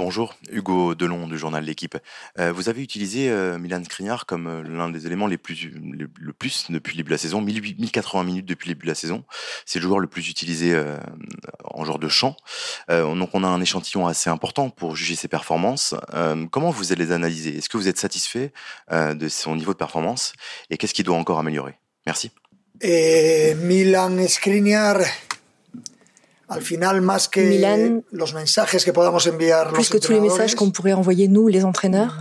Bonjour, Hugo Delon du journal L'Équipe. Vous avez utilisé Milan Skriniar comme l'un des éléments le plus depuis le début de la saison, 1080 minutes depuis le début de la saison. C'est le joueur le plus utilisé en genre de champ. Donc on a un échantillon assez important pour juger ses performances. Comment vous allez les analyser? Est-ce que vous êtes satisfait de son niveau de performance et qu'est-ce qu'il doit encore améliorer? Merci. Milan Skriniar... Milan, plus que tous les messages qu'on pourrait envoyer nous, les entraîneurs,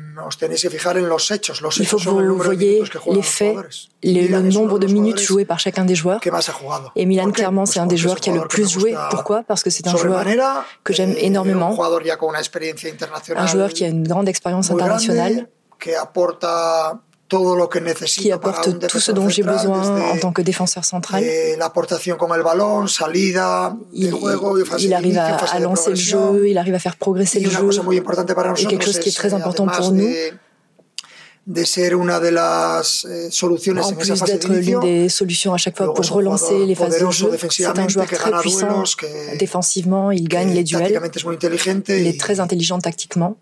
il faut que vous voyez les faits, le nombre de minutes jouées par chacun des joueurs. Et Milan, clairement, c'est un des joueurs qui a le plus joué. Pourquoi? Parce que c'est un joueur que j'aime énormément, un joueur qui a une grande expérience internationale, qui apporte tout ce dont j'ai besoin en tant que défenseur central. Il arrive à lancer le jeu, il arrive à faire progresser le jeu. Et quelque chose qui est très important pour nous, en plus d'être l'une des solutions à chaque fois pour relancer les phases de jeu, c'est un joueur très puissant défensivement, il gagne les duels, il est très intelligent tactiquement.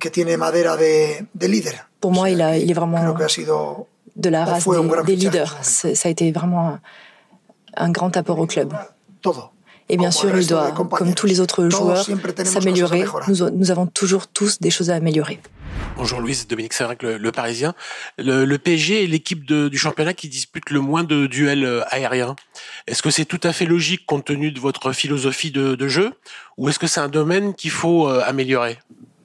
Pour moi, il est vraiment de la race des leaders. Ça a été vraiment un grand apport au club. Et bien sûr, il doit, comme tous les autres joueurs, s'améliorer. Nous avons toujours tous des choses à améliorer. Bonjour Louise, Dominique Sévrac, le Parisien. Le PSG est l'équipe du championnat qui dispute le moins de duels aériens. Est-ce que c'est tout à fait logique compte tenu de votre philosophie de jeu, ou est-ce que c'est un domaine qu'il faut améliorer?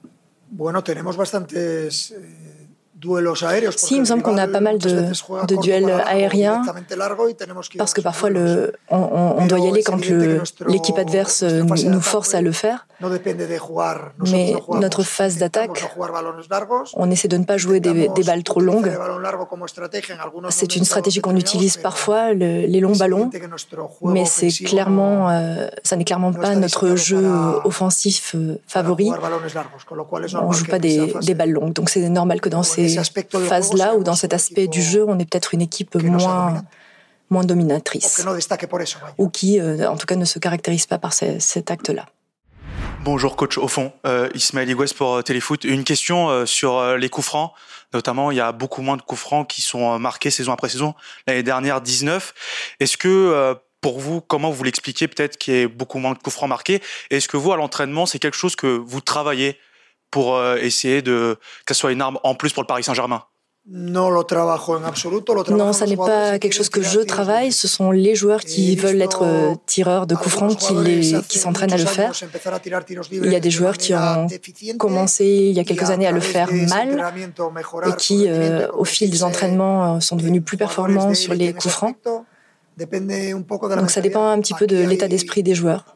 Si, il me semble qu'on a pas mal de duels aériens, parce que parfois on doit y aller quand l'équipe adverse nous force à le faire. Mais notre phase d'attaque, on essaie de ne pas jouer des balles trop longues. C'est une stratégie qu'on utilise parfois, les longs ballons, mais ça n'est clairement pas notre jeu offensif favori. On ne joue pas des balles longues, donc c'est normal que dans ces phases-là ou dans cet aspect du jeu, on est peut-être une équipe moins dominatrice ou qui, en tout cas, ne se caractérise pas par cet acte-là. Bonjour coach au fond, Ismaël Higues pour Téléfoot. Une question sur les coups francs. Notamment, il y a beaucoup moins de coups francs qui sont marqués saison après saison. L'année dernière, 19. Est-ce que pour vous, comment vous l'expliquez peut-être qu'il y ait beaucoup moins de coups francs marqués? Est-ce que vous, à l'entraînement, c'est quelque chose que vous travaillez pour essayer que ce soit une arme en plus pour le Paris Saint-Germain? Non, ça n'est pas quelque chose que je travaille. Ce sont les joueurs qui veulent être tireurs de coups francs qui s'entraînent à le faire. Il y a des joueurs qui ont commencé il y a quelques années à le faire mal et qui, au fil des entraînements, sont devenus plus performants sur les coups francs. Donc ça dépend un petit peu de l'état d'esprit des joueurs.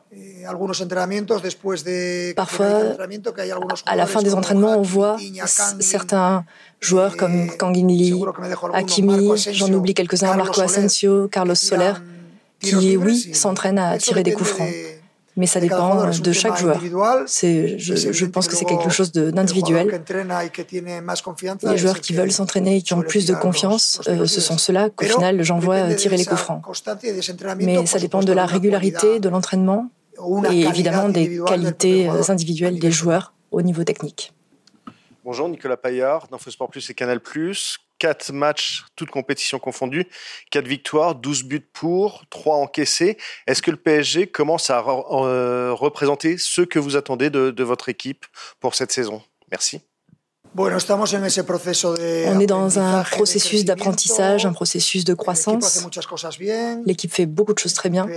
Parfois, à la fin des entraînements, on voit certains joueurs comme Kanginli, Hakimi, j'en oublie quelques-uns, Marco Asensio, Carlos Soler, qui, oui, s'entraînent à tirer des coups francs. Mais ça dépend de chaque joueur. Je pense que c'est quelque chose d'individuel. Les joueurs qui veulent s'entraîner et qui ont plus de confiance, ce sont ceux-là qu'au final, j'envoie tirer les coups francs. Mais ça dépend de la régularité de l'entraînement et évidemment des qualités individuelles des joueurs au niveau technique. Bonjour, Nicolas Paillard, d'InfoSport Plus et Canal+. 4 matchs, toutes compétitions confondues, 4 victoires, 12 buts pour, 3 encaissés. Est-ce que le PSG commence à représenter ce que vous attendez de votre équipe pour cette saison? Merci. On est dans un processus d'apprentissage, un processus de croissance. L'équipe fait beaucoup de choses très bien,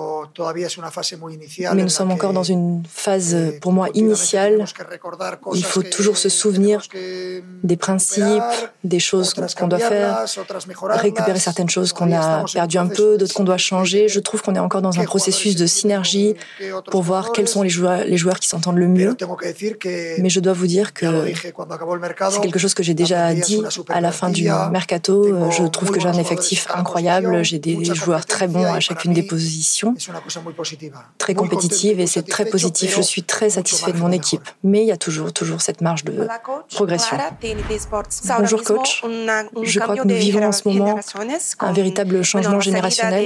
mais nous sommes encore dans une phase, pour moi, initiale. Il faut toujours se souvenir des principes, des choses qu'on doit faire, récupérer certaines choses qu'on a perdues un peu, d'autres qu'on doit changer. Je trouve qu'on est encore dans un processus de synergie pour voir quels sont les joueurs qui s'entendent le mieux. Mais je dois vous dire que C'est quelque chose que j'ai déjà dit à la fin du mercato. Je trouve que j'ai un effectif incroyable. J'ai des joueurs très bons à chacune des positions, très compétitive, et c'est très positif. Je suis très satisfait de mon équipe. Mais il y a toujours cette marge de progression. Bonjour coach. Je crois que nous vivons en ce moment un véritable changement générationnel.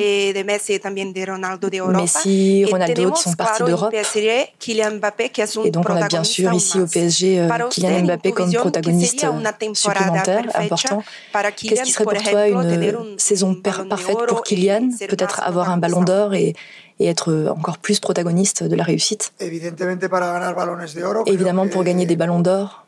Messi, Ronaldo qui sont partis d'Europe. Et donc on a bien sûr ici au PSG Kylian Mbappé comme protagoniste supplémentaire, important. Qu'est-ce qui serait pour toi une saison parfaite pour Kylian? Peut-être avoir un ballon d'or et être encore plus protagoniste de la réussite. Évidemment, pour gagner des ballons d'or,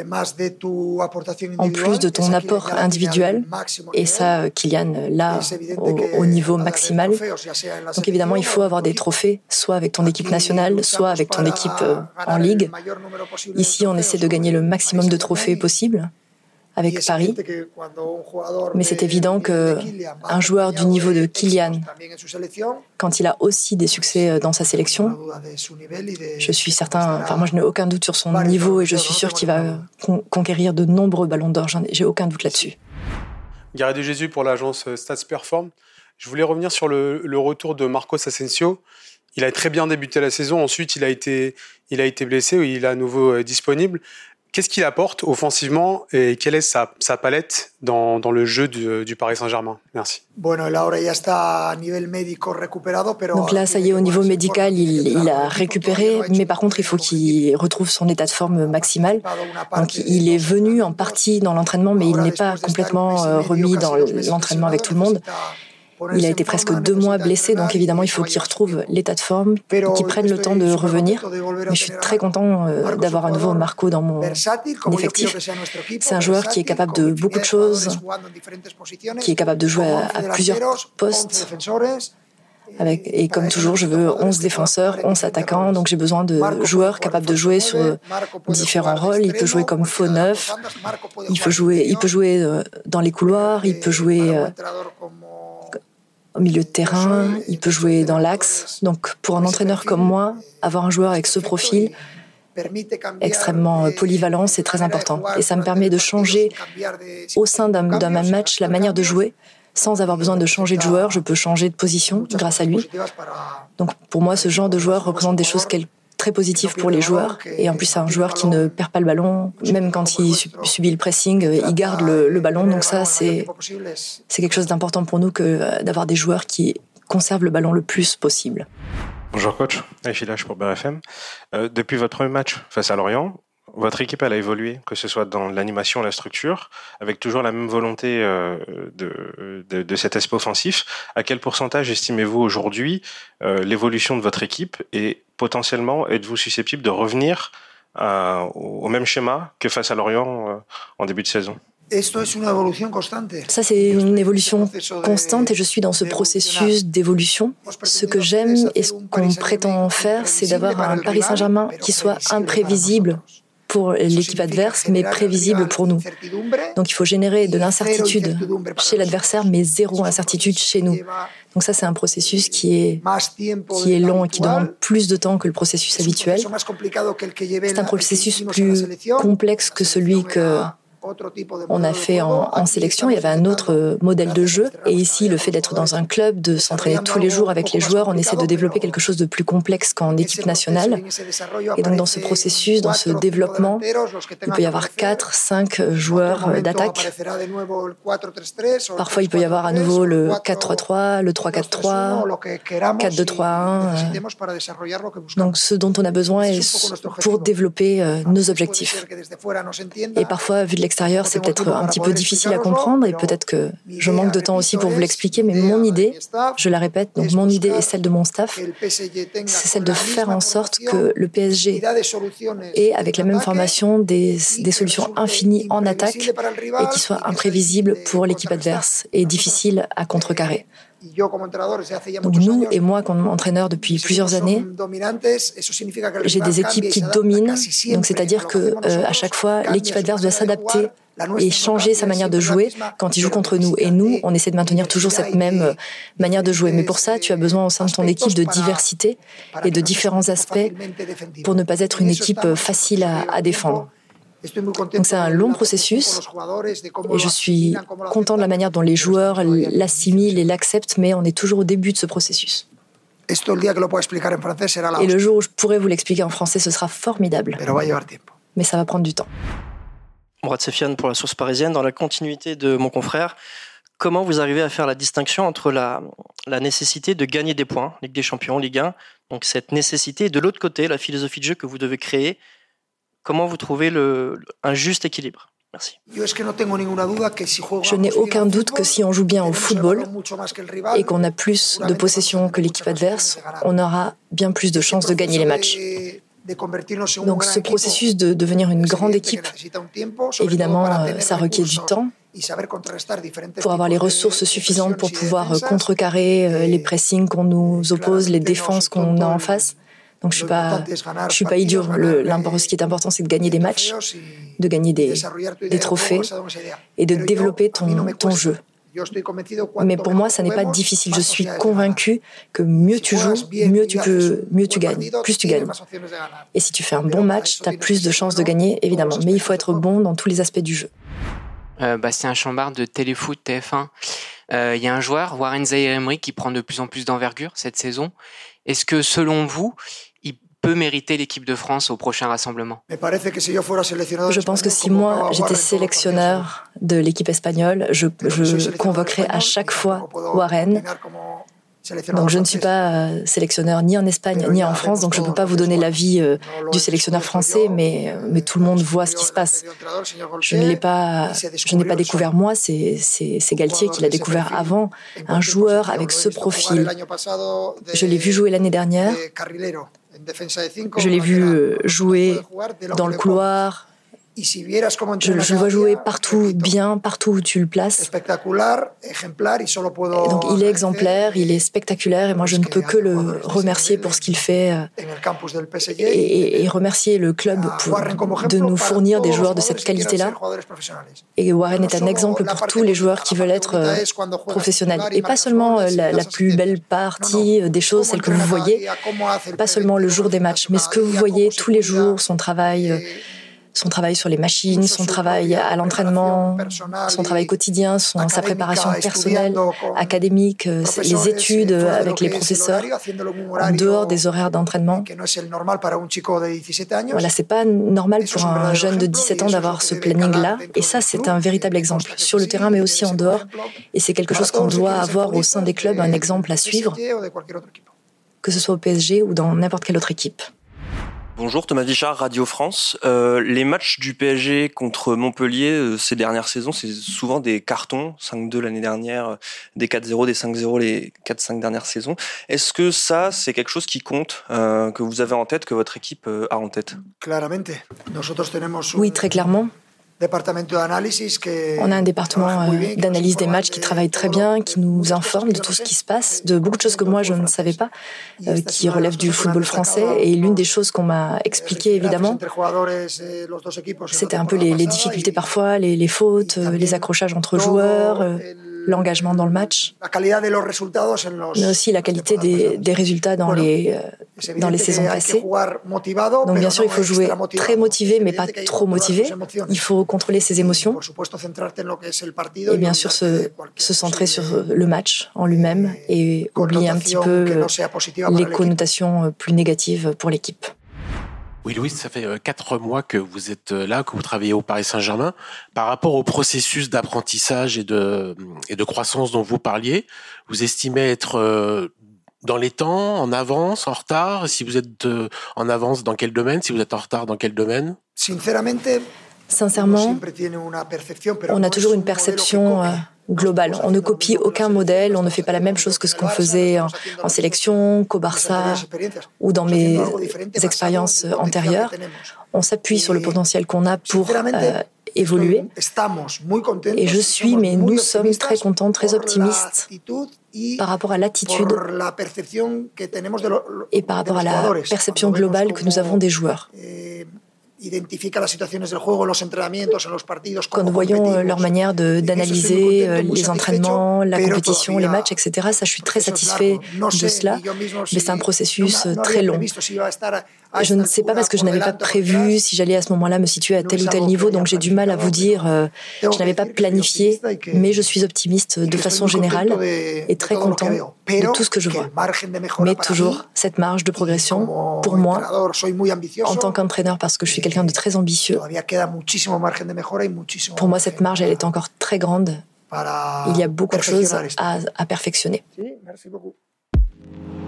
en plus de ton apport individuel, et ça, Kylian l'a au niveau maximal. Donc évidemment, il faut avoir des trophées, soit avec ton équipe nationale, soit avec ton équipe en Ligue. Ici, on essaie de gagner le maximum de trophées possible avec Paris. Mais c'est évident qu'un joueur du niveau de Kylian, quand il a aussi des succès dans sa sélection, je suis certain, moi je n'ai aucun doute sur son niveau et je suis sûr qu'il va conquérir de nombreux ballons d'or, j'ai aucun doute là-dessus. Gary de Jésus pour l'agence Stats Perform. Je voulais revenir sur le retour de Marcos Asensio. Il a très bien débuté la saison, ensuite il a été blessé, il est à nouveau disponible. Qu'est-ce qu'il apporte offensivement et quelle est sa palette dans le jeu du Paris Saint-Germain? Merci. Donc là, ça y est, au niveau médical, il a récupéré, mais par contre, il faut qu'il retrouve son état de forme maximal. Donc il est venu en partie dans l'entraînement, mais il n'est pas complètement remis dans l'entraînement avec tout le monde. Il a été presque 2 mois blessé, donc évidemment, il faut qu'il retrouve l'état de forme, qu'il prenne le temps de revenir. Mais je suis très content d'avoir à nouveau Marco dans mon effectif. C'est un joueur qui est capable de beaucoup de choses, qui est capable de jouer à plusieurs postes. Et comme toujours, je veux 11 défenseurs, 11 attaquants, donc j'ai besoin de joueurs capables de jouer sur différents rôles. Il peut jouer comme faux neuf, il peut jouer dans les couloirs, il peut jouer au milieu de terrain, il peut jouer dans l'axe. Donc pour un entraîneur comme moi, avoir un joueur avec ce profil extrêmement polyvalent, c'est très important. Et ça me permet de changer au sein d'un même match la manière de jouer. Sans avoir besoin de changer de joueur, je peux changer de position grâce à lui. Donc pour moi, ce genre de joueur représente des choses très positives pour les joueurs. Et en plus, c'est un joueur qui ne perd pas le ballon. Même quand il subit le pressing, il garde le ballon. Donc ça, c'est quelque chose d'important pour nous que d'avoir des joueurs qui conservent le ballon le plus possible. Bonjour coach, Achillage pour BRFM. Depuis votre premier match face à Lorient, votre équipe elle a évolué, que ce soit dans l'animation, la structure, avec toujours la même volonté de cet aspect offensif. À quel pourcentage estimez-vous aujourd'hui l'évolution de votre équipe et potentiellement êtes-vous susceptible de revenir au même schéma que face à Lorient en début de saison? Ça, c'est une évolution constante et je suis dans ce processus d'évolution. Ce que j'aime et ce qu'on prétend faire, c'est d'avoir un Paris Saint-Germain qui soit imprévisible pour l'équipe adverse, mais prévisible pour nous. Donc il faut générer de l'incertitude chez l'adversaire, mais zéro incertitude chez nous. Donc ça, c'est un processus qui est long et qui demande plus de temps que le processus habituel. C'est un processus plus complexe que celui qu'on a fait en sélection. Il y avait un autre modèle de jeu. Et ici, le fait d'être dans un club, de s'entraîner tous les jours avec les joueurs, on essaie de développer quelque chose de plus complexe qu'en équipe nationale. Et donc, dans ce processus, dans ce développement, il peut y avoir 4, 5 joueurs d'attaque. Parfois, il peut y avoir à nouveau le 4-3-3, le 3-4-3, 4-2-3-1. Donc, ce dont on a besoin pour développer nos objectifs. Et parfois, vu de l'extérieur, c'est peut-être un petit peu difficile à comprendre et peut-être que je manque de temps aussi pour vous l'expliquer, mais mon idée, je la répète, donc mon idée et celle de mon staff, c'est celle de faire en sorte que le PSG ait, avec la même formation, des solutions infinies en attaque et qui soient imprévisibles pour l'équipe adverse et difficiles à contrecarrer. Donc nous et moi, comme entraîneur depuis plusieurs années, j'ai des équipes qui dominent. Donc c'est-à-dire que à chaque fois, l'équipe adverse doit s'adapter et changer sa manière de jouer quand il joue contre nous. Et nous, on essaie de maintenir toujours cette même manière de jouer. Mais pour ça, tu as besoin au sein de ton équipe de diversité et de différents aspects pour ne pas être une équipe facile à défendre. Donc c'est un long processus et je suis content de la manière dont les joueurs l'assimilent et l'acceptent, mais on est toujours au début de ce processus. Et le jour où je pourrai vous l'expliquer en français, ce sera formidable. Mais ça va prendre du temps. Mourad Sefiane pour la Source Parisienne. Dans la continuité de mon confrère, comment vous arrivez à faire la distinction entre la nécessité de gagner des points, Ligue des Champions, Ligue 1, donc cette nécessité, et de l'autre côté, la philosophie de jeu que vous devez créer. Comment vous trouvez un juste équilibre? Merci. Je n'ai aucun doute que si on joue bien au football et qu'on a plus de possession que l'équipe adverse, on aura bien plus de chances de gagner les matchs. Donc ce processus de devenir une grande équipe, évidemment, ça requiert du temps pour avoir les ressources suffisantes pour pouvoir contrecarrer les pressings qu'on nous oppose, les défenses qu'on a en face. Donc je suis pas idiot. Ce qui est important, c'est de gagner des matchs, de gagner des trophées et de développer ton jeu. Mais pour moi, ça n'est pas difficile. Je suis convaincu que mieux tu joues, mieux tu gagnes, plus tu gagnes. Et si tu fais un bon match, tu as plus de chances de gagner, évidemment. Mais il faut être bon dans tous les aspects du jeu. Bastien Chambard de Téléfoot TF1. Il y a un joueur, Warren Zaïre-Emery, qui prend de plus en plus d'envergure cette saison. Est-ce que, selon vous, il peut mériter l'équipe de France au prochain rassemblement? Je pense que si moi, j'étais sélectionneur de l'équipe espagnole, je convoquerais à chaque fois Warren. Donc je ne suis pas sélectionneur ni en Espagne ni en France, donc je ne peux pas vous donner l'avis du sélectionneur français, mais tout le monde voit ce qui se passe. Je n'ai pas découvert moi, c'est Galtier qui l'a découvert avant. Un joueur avec ce profil. Je l'ai vu jouer l'année dernière. Je l'ai vu jouer dans le couloir. Je le vois jouer partout bien, partout où tu le places. Donc il est exemplaire, il est spectaculaire et moi je ne peux que le remercier pour ce qu'il fait et remercier le club de nous fournir des joueurs de cette qualité-là. Et Warren est un exemple pour tous les joueurs qui veulent être professionnels. Et pas seulement la plus belle partie des choses, celle que vous voyez, pas seulement le jour des matchs, mais ce que vous voyez tous les jours, son travail sur les machines, son travail à l'entraînement, son travail quotidien, sa préparation personnelle, académique, les études avec les professeurs, en dehors des horaires d'entraînement. Voilà, c'est pas normal pour un jeune de 17 ans d'avoir ce planning-là. Et ça, c'est un véritable exemple, sur le terrain, mais aussi en dehors. Et c'est quelque chose qu'on doit avoir au sein des clubs, un exemple à suivre, que ce soit au PSG ou dans n'importe quelle autre équipe. Bonjour, Thomas Vichard, Radio France. Les matchs du PSG contre Montpellier ces dernières saisons, c'est souvent des cartons, 5-2 l'année dernière, des 4-0, des 5-0 les 4-5 dernières saisons. Est-ce que ça, c'est quelque chose qui compte, que vous avez en tête, que votre équipe a en tête? Oui, très clairement. On a un département d'analyse des matchs qui travaille très bien, qui nous informe de tout ce qui se passe, de beaucoup de choses que moi je ne savais pas, qui relèvent du football français. Et l'une des choses qu'on m'a expliqué évidemment, c'était un peu les difficultés parfois, les fautes, les accrochages entre joueurs, l'engagement dans le match, mais aussi la qualité des résultats dans les saisons passées. Donc bien sûr, il faut jouer très motivé, mais pas trop motivé. Il faut contrôler ses émotions et bien sûr se centrer sur le match en lui-même et oublier un petit peu les connotations plus négatives pour l'équipe. Oui, Louis, ça fait 4 mois que vous êtes là, que vous travaillez au Paris Saint-Germain. Par rapport au processus d'apprentissage et de croissance dont vous parliez, vous estimez être dans les temps, en avance, en retard? Si vous êtes en avance, dans quel domaine? Si vous êtes en retard, dans quel domaine? Sincèrement, on a toujours une perception globale. On ne copie aucun modèle, on ne fait pas la même chose que ce qu'on faisait en sélection, qu'au Barça ou dans mes expériences antérieures. On s'appuie sur le potentiel qu'on a pour évoluer. Et nous sommes très contents, très optimistes par rapport à l'attitude et par rapport à la perception globale que nous avons des joueurs. Quand nous voyons leur manière d'analyser les entraînements, la compétition, les matchs, etc., ça, je suis très satisfait de cela, mais c'est un processus très long. Je ne sais pas parce que je n'avais pas prévu si j'allais à ce moment-là me situer à tel ou tel niveau, donc j'ai du mal à vous dire, je n'avais pas planifié, mais je suis optimiste de façon générale et très content de tout ce que je vois. Mais toujours cette marge de progression, pour moi, en tant qu'entraîneur, parce que je suis quelqu'un de très ambitieux, pour moi cette marge, elle est encore très grande. Il y a beaucoup de choses à perfectionner. Merci beaucoup.